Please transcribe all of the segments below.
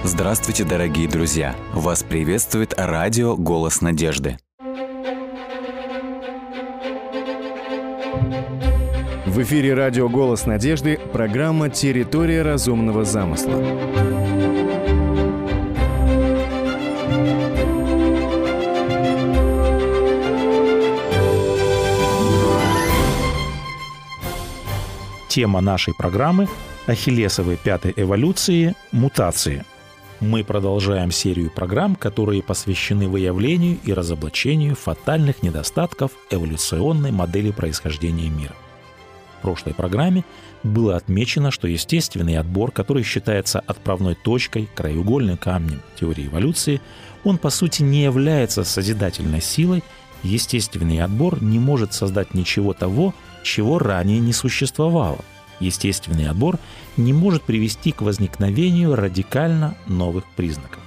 Здравствуйте, дорогие друзья! Вас приветствует радио «Голос надежды». В эфире радио «Голос надежды» программа «Территория разумного замысла». Тема нашей программы – ахиллесовой пятой эволюции – мутации. Мы продолжаем серию программ, которые посвящены выявлению и разоблачению фатальных недостатков эволюционной модели происхождения мира. В прошлой программе было отмечено, что естественный отбор, который считается отправной точкой, краеугольным камнем теории эволюции, он по сути не является созидательной силой. Естественный отбор не может создать ничего того, чего ранее не существовало. Естественный отбор не может привести к возникновению радикально новых признаков.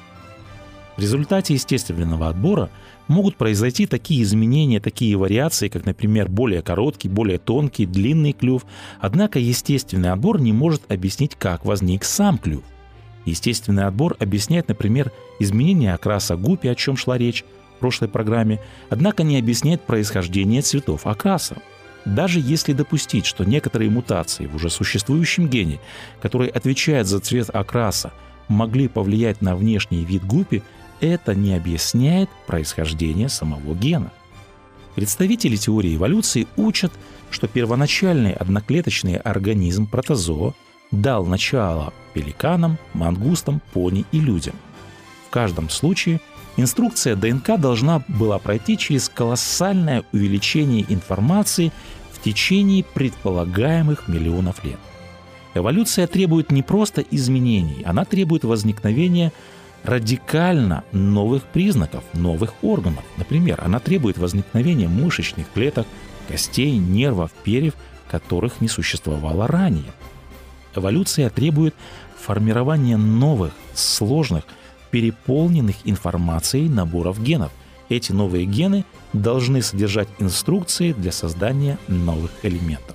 В результате естественного отбора могут произойти такие изменения, такие вариации, как, например, более короткий, более тонкий, длинный клюв. Однако естественный отбор не может объяснить, как возник сам клюв. Естественный отбор объясняет, например, изменение окраса гуппи, о чем шла речь в прошлой программе, однако не объясняет происхождение цветов окраса. Даже если допустить, что некоторые мутации в уже существующем гене, который отвечает за цвет окраса, могли повлиять на внешний вид гуппи, это не объясняет происхождение самого гена. Представители теории эволюции учат, что первоначальный одноклеточный организм протозоа дал начало пеликанам, мангустам, пони и людям. В каждом случае инструкция ДНК должна была пройти через колоссальное увеличение информации в течение предполагаемых миллионов лет. Эволюция требует не просто изменений, она требует возникновения радикально новых признаков, новых органов. Например, она требует возникновения мышечных клеток, костей, нервов, перьев, которых не существовало ранее. Эволюция требует формирования новых, сложных, переполненных информацией наборов генов. Эти новые гены должны содержать инструкции для создания новых элементов.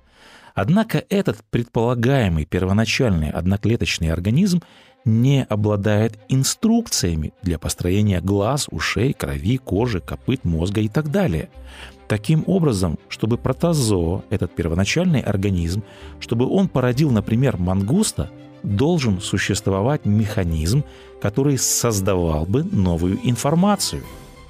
Однако этот предполагаемый первоначальный одноклеточный организм не обладает инструкциями для построения глаз, ушей, крови, кожи, копыт, мозга и так далее. Таким образом, чтобы протозоа, этот первоначальный организм, чтобы он породил, например, мангуста, должен существовать механизм, который создавал бы новую информацию.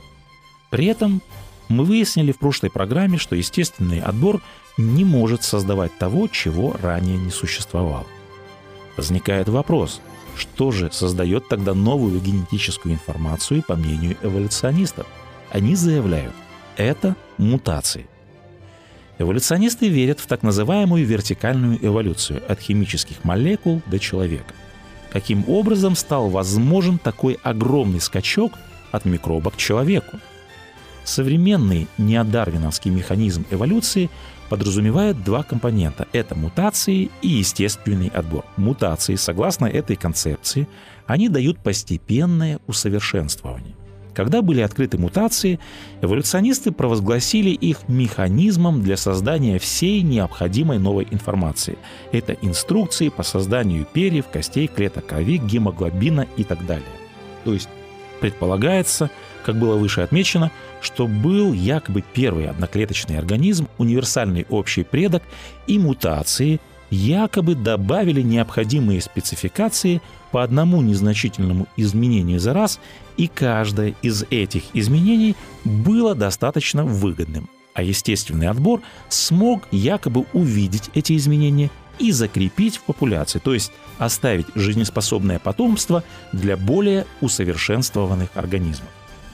При этом мы выяснили в прошлой программе, что естественный отбор не может создавать того, чего ранее не существовало. Возникает вопрос, что же создает тогда новую генетическую информацию, по мнению эволюционистов? Они заявляют, это мутации. Эволюционисты верят в так называемую вертикальную эволюцию от химических молекул до человека. Каким образом стал возможен такой огромный скачок от микроба к человеку? Современный неодарвиновский механизм эволюции подразумевает два компонента – это мутации и естественный отбор. Мутации, согласно этой концепции, они дают постепенное усовершенствование. Когда были открыты мутации, эволюционисты провозгласили их механизмом для создания всей необходимой новой информации. Это инструкции по созданию перьев, костей, клеток крови, гемоглобина и так далее. То есть предполагается, как было выше отмечено, что был якобы первый одноклеточный организм, универсальный общий предок, и мутации якобы добавили необходимые спецификации по одному незначительному изменению за раз, и каждое из этих изменений было достаточно выгодным. А естественный отбор смог якобы увидеть эти изменения и закрепить в популяции, то есть оставить жизнеспособное потомство для более усовершенствованных организмов.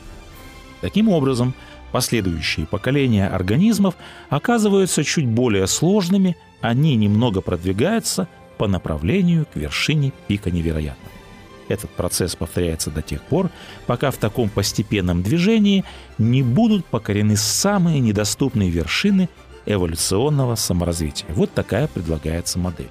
Таким образом, последующие поколения организмов оказываются чуть более сложными, они немного продвигаются по направлению к вершине пика невероятного. Этот процесс повторяется до тех пор, пока в таком постепенном движении не будут покорены самые недоступные вершины эволюционного саморазвития. Вот такая предлагается модель.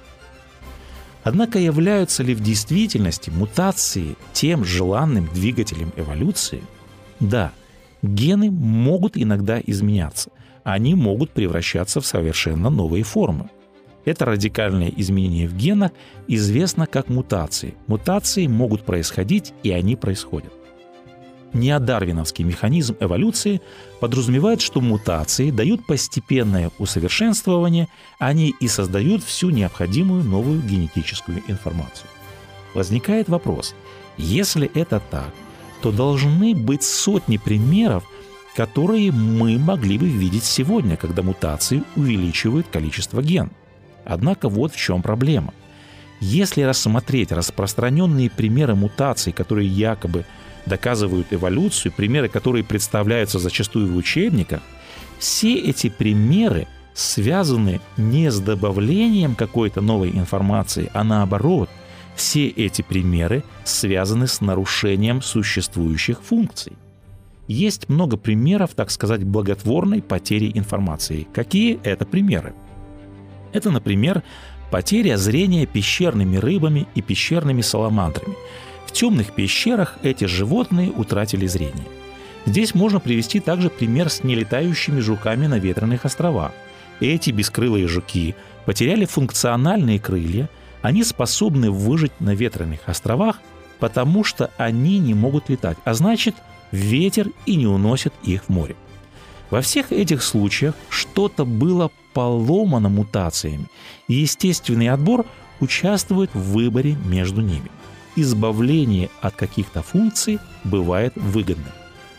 Однако являются ли в действительности мутации тем желанным двигателем эволюции? Да, гены могут иногда изменяться, они могут превращаться в совершенно новые формы. Это радикальное изменение в генах известно как мутации. Мутации могут происходить, и они происходят. Неодарвиновский механизм эволюции подразумевает, что мутации дают постепенное усовершенствование, они и создают всю необходимую новую генетическую информацию. Возникает вопрос: если это так, то должны быть сотни примеров, которые мы могли бы видеть сегодня, когда мутации увеличивают количество генов. Однако вот в чем проблема. Если рассмотреть распространенные примеры мутаций, которые якобы доказывают эволюцию, примеры, которые представляются зачастую в учебниках, все эти примеры связаны не с добавлением какой-то новой информации, а наоборот, все эти примеры связаны с нарушением существующих функций. Есть много примеров, так сказать, благотворной потери информации. Какие это примеры? Это, например, потеря зрения пещерными рыбами и пещерными саламандрами. В темных пещерах эти животные утратили зрение. Здесь можно привести также пример с нелетающими жуками на ветреных островах. Эти бескрылые жуки потеряли функциональные крылья, они способны выжить на ветреных островах, потому что они не могут летать, а значит, ветер и не уносит их в море. Во всех этих случаях что-то было поломано мутациями, и естественный отбор участвует в выборе между ними. Избавление от каких-то функций бывает выгодным.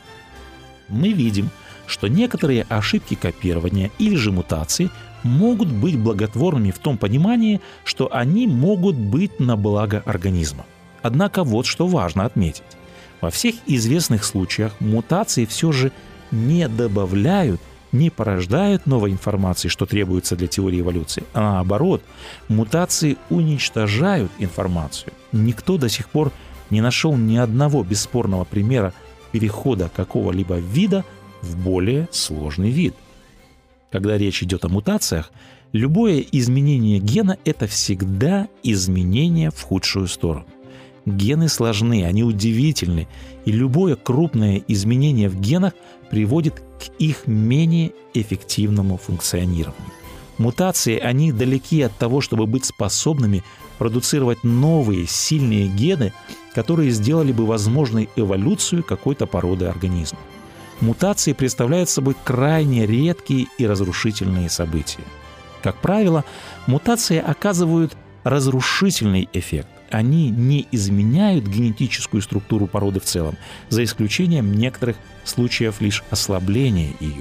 Мы видим, что некоторые ошибки копирования или же мутации могут быть благотворными в том понимании, что они могут быть на благо организма. Однако вот что важно отметить. Во всех известных случаях мутации все же не добавляют, не порождают новой информации, что требуется для теории эволюции, а наоборот, мутации уничтожают информацию. Никто до сих пор не нашел ни одного бесспорного примера перехода какого-либо вида в более сложный вид. Когда речь идет о мутациях, любое изменение гена – это всегда изменение в худшую сторону. Гены сложны, они удивительны, и любое крупное изменение в генах приводит к их менее эффективному функционированию. Мутации, они далеки от того, чтобы быть способными продуцировать новые сильные гены, которые сделали бы возможной эволюцию какой-то породы организма. Мутации представляют собой крайне редкие и разрушительные события. Как правило, мутации оказывают разрушительный эффект. Они не изменяют генетическую структуру породы в целом, за исключением некоторых случаев лишь ослабления ее.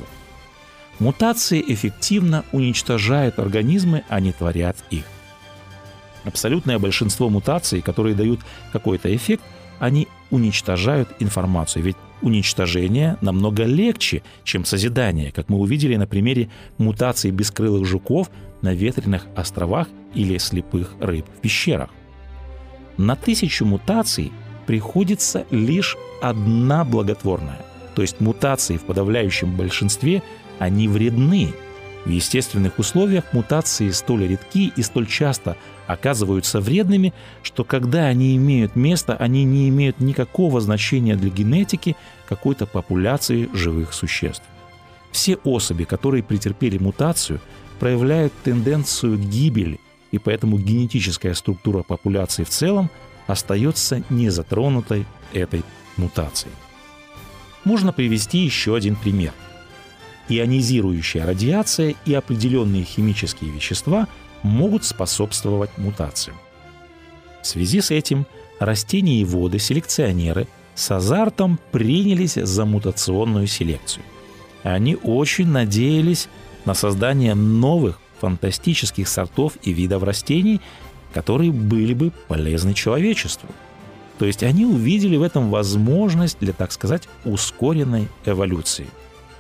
Мутации эффективно уничтожают организмы, а не творят их. Абсолютное большинство мутаций, которые дают какой-то эффект, они уничтожают информацию, ведь уничтожение намного легче, чем созидание, как мы увидели на примере мутаций бескрылых жуков на ветреных островах или слепых рыб в пещерах. На 1000 мутаций приходится лишь одна благотворная, то есть мутации в подавляющем большинстве, они вредны. В естественных условиях мутации столь редки и столь часто оказываются вредными, что когда они имеют место, они не имеют никакого значения для генетики какой-то популяции живых существ. Все особи, которые претерпели мутацию, проявляют тенденцию к гибели, и поэтому генетическая структура популяции в целом остается незатронутой этой мутацией. Можно привести еще один пример. Ионизирующая радиация и определенные химические вещества могут способствовать мутациям. В связи с этим растения и воды, селекционеры, с азартом принялись за мутационную селекцию. Они очень надеялись на создание новых фантастических сортов и видов растений, которые были бы полезны человечеству. То есть они увидели в этом возможность для, так сказать, ускоренной эволюции.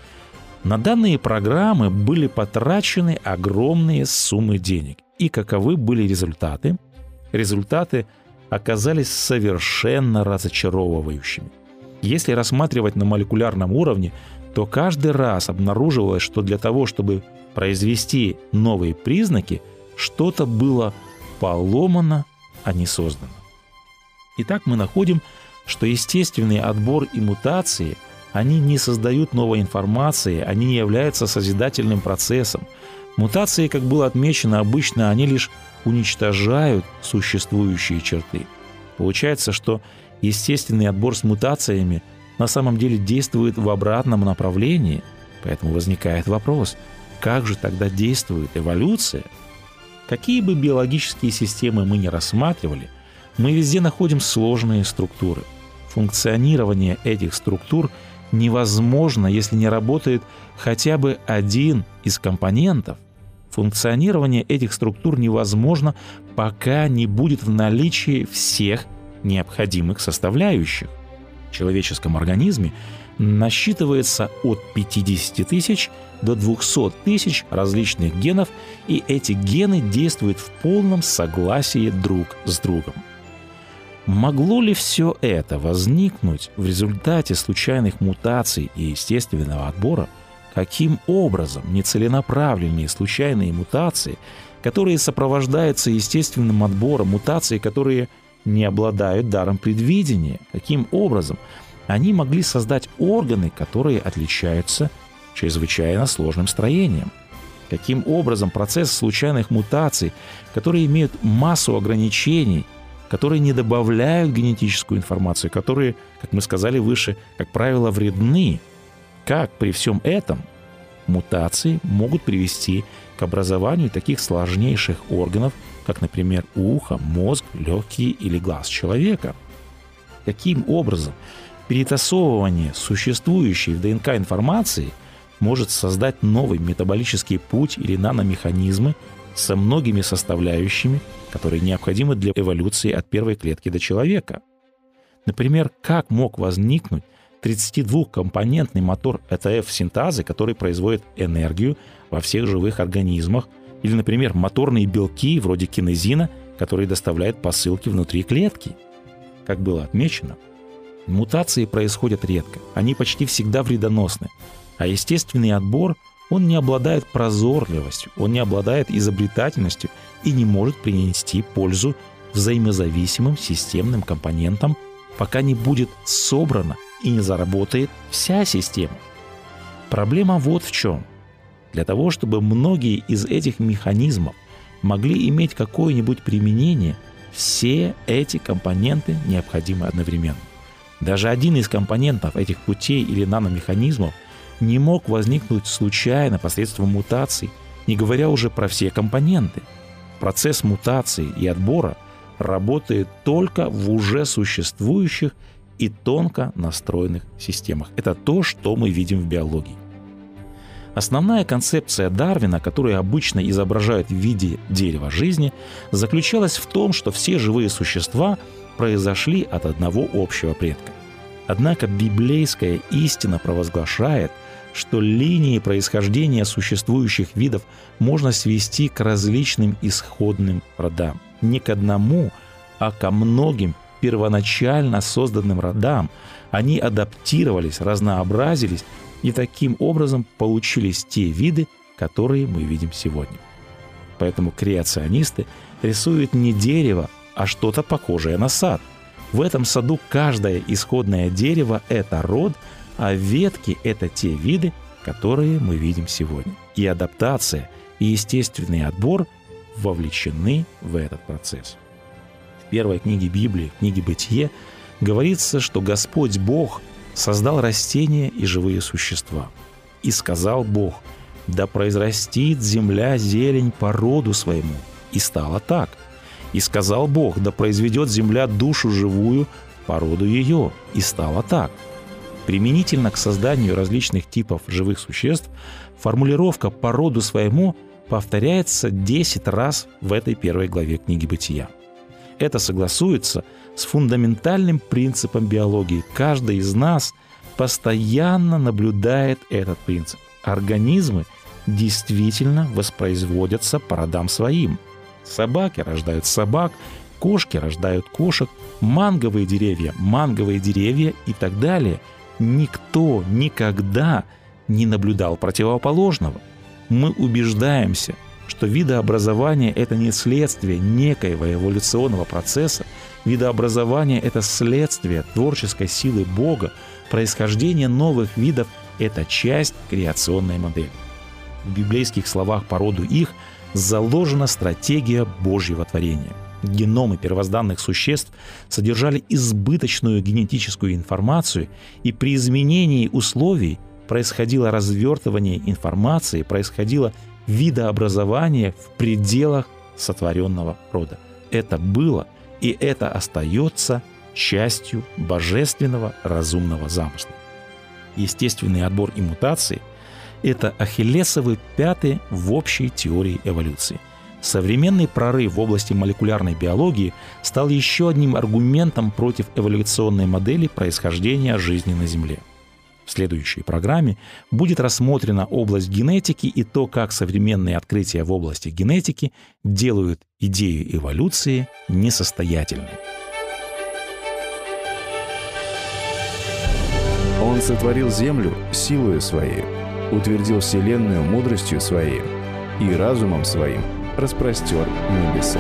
На данные программы были потрачены огромные суммы денег. И каковы были результаты? Результаты оказались совершенно разочаровывающими. Если рассматривать на молекулярном уровне, то каждый раз обнаруживалось, что для того, чтобы произвести новые признаки, что-то было поломано, а не создано. Итак, мы находим, что естественный отбор и мутации – они не создают новой информации, они не являются созидательным процессом. Мутации, как было отмечено, обычно они лишь уничтожают существующие черты. Получается, что естественный отбор с мутациями на самом деле действует в обратном направлении, поэтому возникает вопрос, как же тогда действует эволюция? Какие бы биологические системы мы ни рассматривали, мы везде находим сложные структуры. Функционирование этих структур невозможно, если не работает хотя бы один из компонентов. Функционирование этих структур невозможно, пока не будет в наличии всех необходимых составляющих. В человеческом организме насчитывается от 50 тысяч до 200 тысяч различных генов, и эти гены действуют в полном согласии друг с другом. Могло ли все это возникнуть в результате случайных мутаций и естественного отбора? Каким образом нецеленаправленные случайные мутации, которые сопровождаются естественным отбором, мутации, которые не обладают даром предвидения, каким образом они могли создать органы, которые отличаются чрезвычайно сложным строением? Каким образом процесс случайных мутаций, которые имеют массу ограничений, которые не добавляют генетическую информацию, которые, как мы сказали выше, как правило, вредны, как при всем этом мутации могут привести к образованию таких сложнейших органов, как, например, ухо, мозг, легкие или глаз человека? Каким образом перетасовывание существующей в ДНК информации может создать новый метаболический путь или наномеханизмы со многими составляющими, которые необходимы для эволюции от первой клетки до человека? Например, как мог возникнуть 32-компонентный мотор ЭТФ-синтазы, который производит энергию во всех живых организмах, или, например, моторные белки вроде кинезина, которые доставляют посылки внутри клетки? Как было отмечено, мутации происходят редко, они почти всегда вредоносны, а естественный отбор, он не обладает прозорливостью, он не обладает изобретательностью и не может принести пользу взаимозависимым системным компонентам, пока не будет собрана и не заработает вся система. Проблема вот в чем. Для того, чтобы многие из этих механизмов могли иметь какое-нибудь применение, все эти компоненты необходимы одновременно. Даже один из компонентов этих путей или наномеханизмов не мог возникнуть случайно посредством мутаций, не говоря уже про все компоненты. Процесс мутации и отбора работает только в уже существующих и тонко настроенных системах. Это то, что мы видим в биологии. Основная концепция Дарвина, которую обычно изображают в виде дерева жизни, заключалась в том, что все живые существа произошли от одного общего предка. Однако библейская истина провозглашает, что линии происхождения существующих видов можно свести к различным исходным родам. Не к одному, а ко многим первоначально созданным родам. Они адаптировались, разнообразились, и таким образом получились те виды, которые мы видим сегодня. Поэтому креационисты рисуют не дерево, а что-то похожее на сад. В этом саду каждое исходное дерево – это род, а ветки – это те виды, которые мы видим сегодня. И адаптация, и естественный отбор вовлечены в этот процесс. В первой книге Библии, книге «Бытие», говорится, что Господь Бог создал растения и живые существа. «И сказал Бог: да произрастит земля зелень по роду своему. И стало так. И сказал Бог: да произведет земля душу живую по роду ее. И стало так». Применительно к созданию различных типов живых существ формулировка «по роду своему» повторяется 10 раз в этой первой главе книги «Бытия». Это согласуется с фундаментальным принципом биологии. Каждый из нас постоянно наблюдает этот принцип. Организмы действительно воспроизводятся по родам своим. Собаки рождают собак, кошки рождают кошек, манговые деревья и так далее. Никто никогда не наблюдал противоположного. Мы убеждаемся, что видообразование – это не следствие некоего эволюционного процесса, видообразование – это следствие творческой силы Бога, происхождение новых видов – это часть креационной модели. В библейских словах по роду их заложена стратегия Божьего творения. Геномы первозданных существ содержали избыточную генетическую информацию, и при изменении условий происходило развертывание информации, происходило видообразование в пределах сотворенного рода. Это было и это остается частью божественного разумного замысла. Естественный отбор и мутации – это ахиллесовы пяты в общей теории эволюции. Современный прорыв в области молекулярной биологии стал еще одним аргументом против эволюционной модели происхождения жизни на Земле. В следующей программе будет рассмотрена область генетики и то, как современные открытия в области генетики делают идею эволюции несостоятельной. Он сотворил землю силою своей, утвердил вселенную мудростью своей и разумом своим распростер небеса.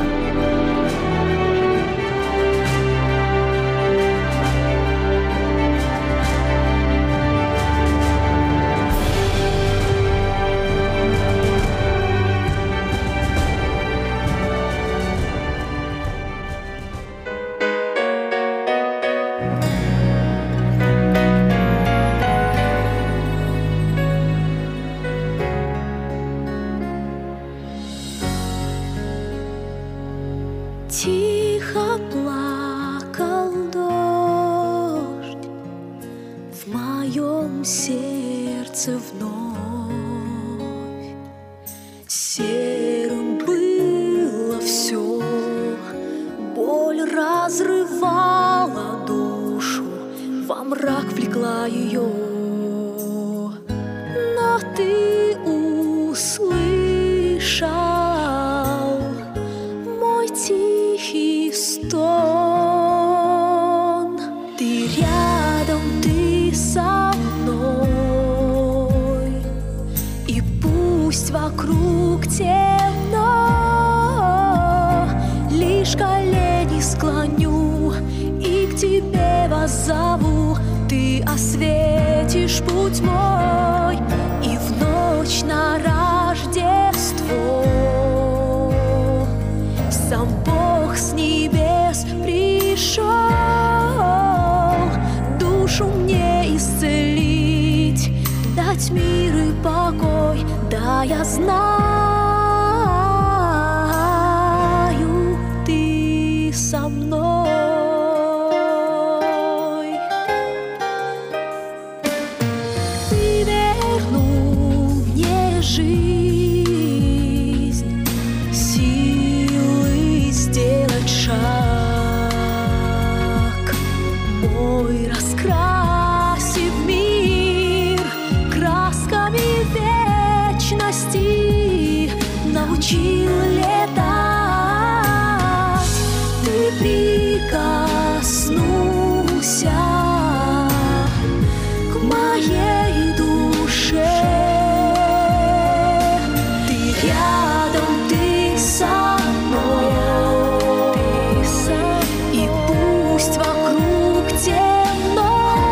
Тихо плакал дождь в моем сердце вновь. Серым было все, боль разрывала душу, во мрак влекла ее. Но ты услышал мой тихий стон. Ты рядом, ты со мной, и пусть вокруг темно, лишь колени склоню и к тебе воззову. Ты осветишь путь мой, и в ночь на Рождество сам Бог с небес пришел душу мне исцелить, дать мир и покой. Да, я знаю, ты со мной. Ты вернул мне жизнь, силы сделать шаг мой, раскрасив мир красками вечности, научил летать. Ты прикоснулся к моей душе. Ты рядом, ты со мной, и пусть вокруг темно,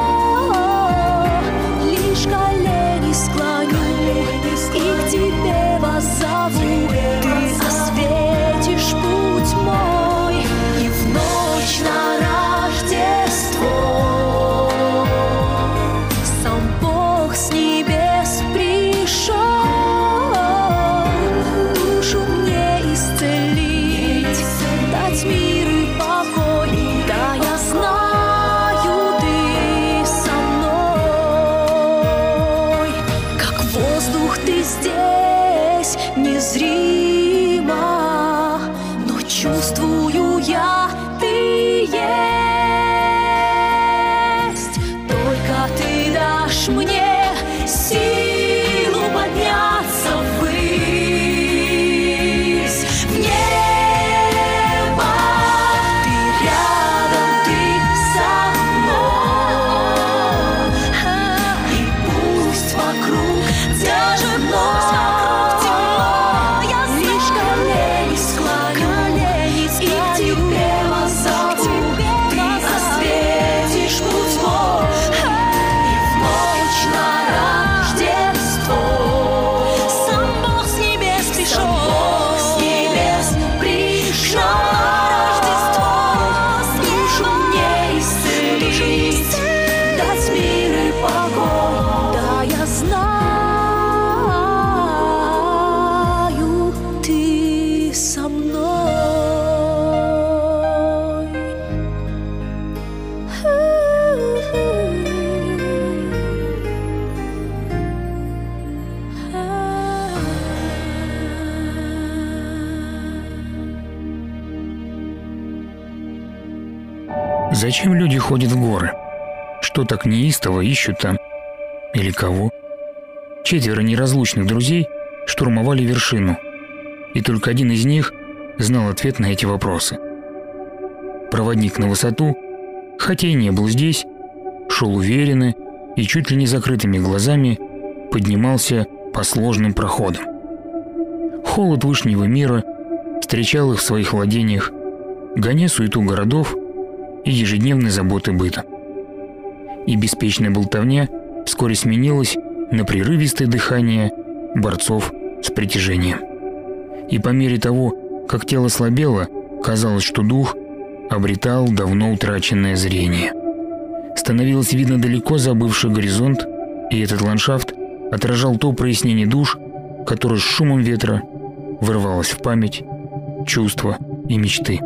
лишь колени склоню и к тебе воззову. Ты осветишь путь мой, и в ночь на Рождество сам Бог с небес пришел душу мне исцелить, дать мир и покой. Да, я знаю, ты со мной, как воздух ты здесь незримо, но чувствую я, ты есть. Только ты дашь мне силу подняться ввысь, в небо. Ты рядом, ты со мной, и пусть вокруг темно, лишь колени склоню и к Зачем люди ходят в горы? Что так неистово ищут там? Или кого? 4 неразлучных друзей штурмовали вершину, и только один из них знал ответ на эти вопросы. Проводник на высоту, хотя и не был здесь, шел уверенно и чуть ли не закрытыми глазами поднимался по сложным проходам. Холод вышнего мира встречал их в своих владениях, гоня суету городов и ежедневные заботы быта. И беспечная болтовня вскоре сменилась на прерывистое дыхание борцов с притяжением. И по мере того, как тело слабело, казалось, что дух обретал давно утраченное зрение. Становилось видно далеко забывший горизонт, и этот ландшафт отражал то прояснение душ, которое с шумом ветра вырвалось в память, чувства и мечты.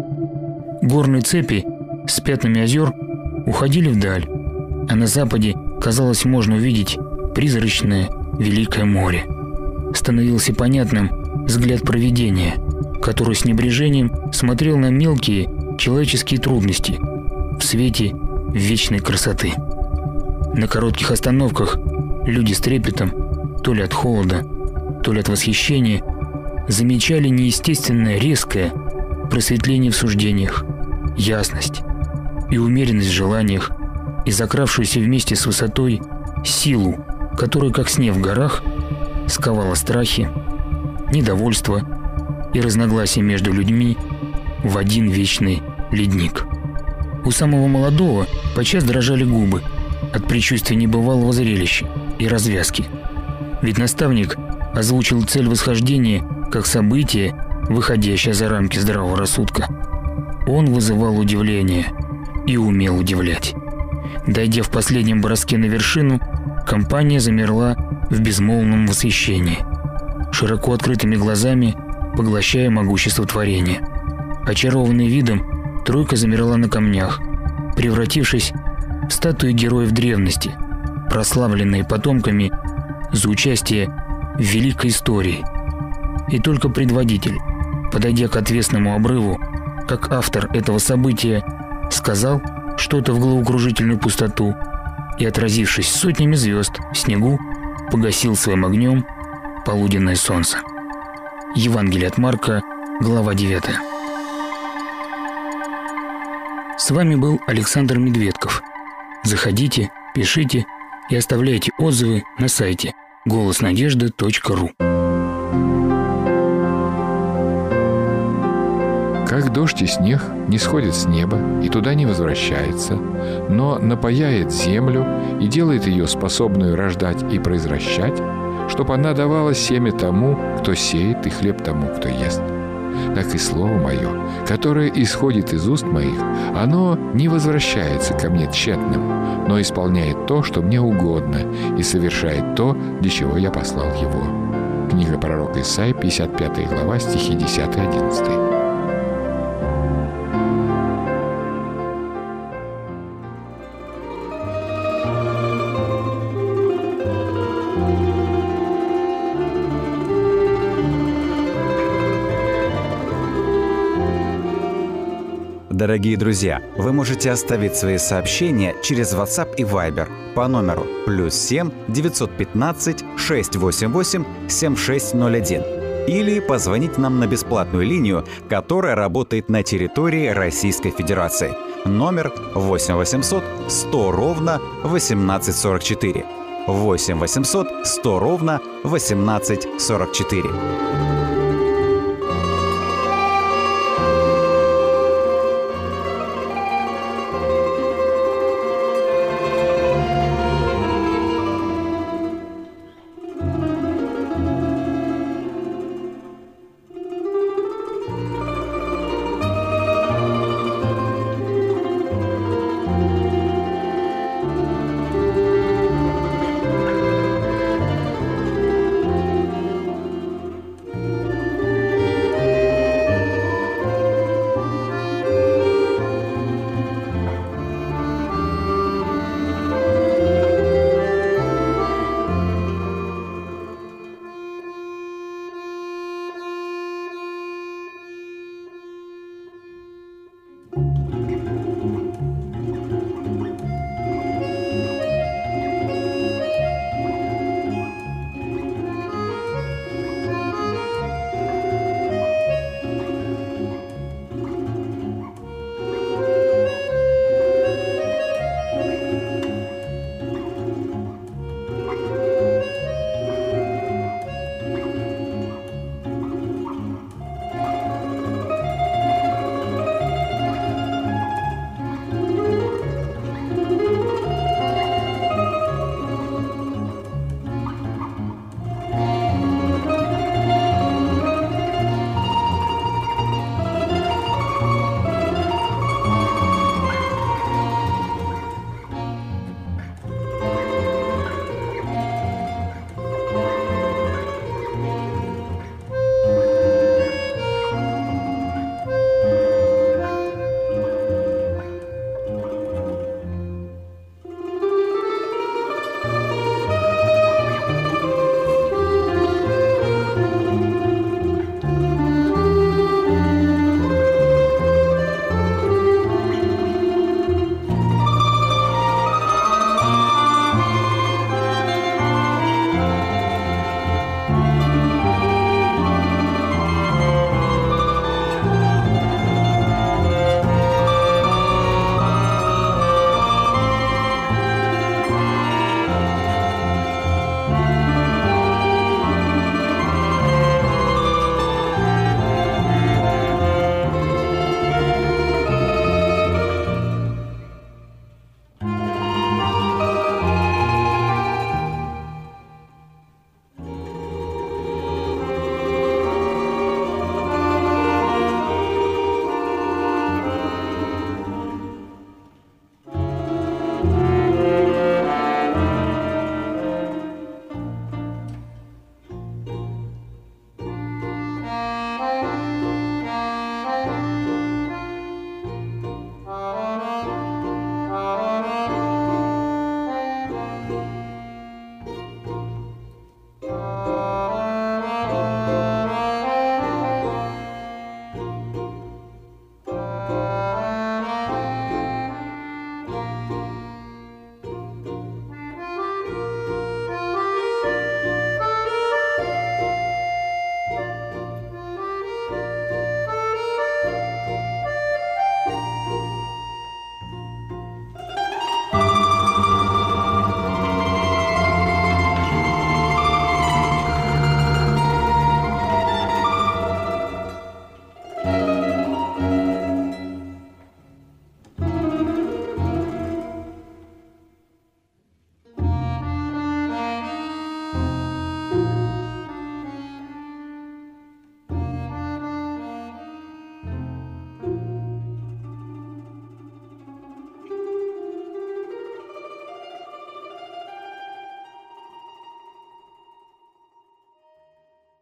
Горные цепи с пятнами озер уходили вдаль, а на западе, казалось, можно увидеть призрачное Великое море. Становился понятным взгляд провидения, который с небрежением смотрел на мелкие человеческие трудности в свете вечной красоты. На коротких остановках люди с трепетом, то ли от холода, то ли от восхищения, замечали неестественное резкое просветление в суждениях, ясность и умеренность в желаниях, и закравшуюся вместе с высотой силу, которая, как снег в горах, сковала страхи, недовольство и разногласия между людьми в один вечный ледник. У самого молодого подчас дрожали губы от предчувствия небывалого зрелища и развязки. Ведь наставник озвучил цель восхождения как событие, выходящее за рамки здравого рассудка. Он вызывал удивление и умел удивлять. Дойдя в последнем броске на вершину, компания замерла в безмолвном восхищении, широко открытыми глазами поглощая могущество творения. Очарованный видом, тройка замерла на камнях, превратившись в статуи героев древности, прославленные потомками за участие в великой истории. И только предводитель, подойдя к отвесному обрыву, как автор этого события, сказал что-то в головокружительную пустоту и, отразившись сотнями звезд в снегу, погасил своим огнем полуденное солнце. Евангелие от Марка, глава 9. С вами был Александр Медведков. Заходите, пишите и оставляйте отзывы на сайте голоснадежды.ру. Как дождь и снег не сходит с неба и туда не возвращается, но напояет землю и делает ее способную рождать и произращать, чтобы она давала семя тому, кто сеет, и хлеб тому, кто ест. Так и слово мое, которое исходит из уст моих, оно не возвращается ко мне тщетным, но исполняет то, что мне угодно, и совершает то, для чего я послал его. Книга пророка Исаии, 55 глава, стихи 10-11. Дорогие друзья, вы можете оставить свои сообщения через WhatsApp и Viber по номеру +7 915 688 7601 или позвонить нам на бесплатную линию, которая работает на территории Российской Федерации. Номер 8 800 100 ровно 1844. 8 800 100 ровно 1844.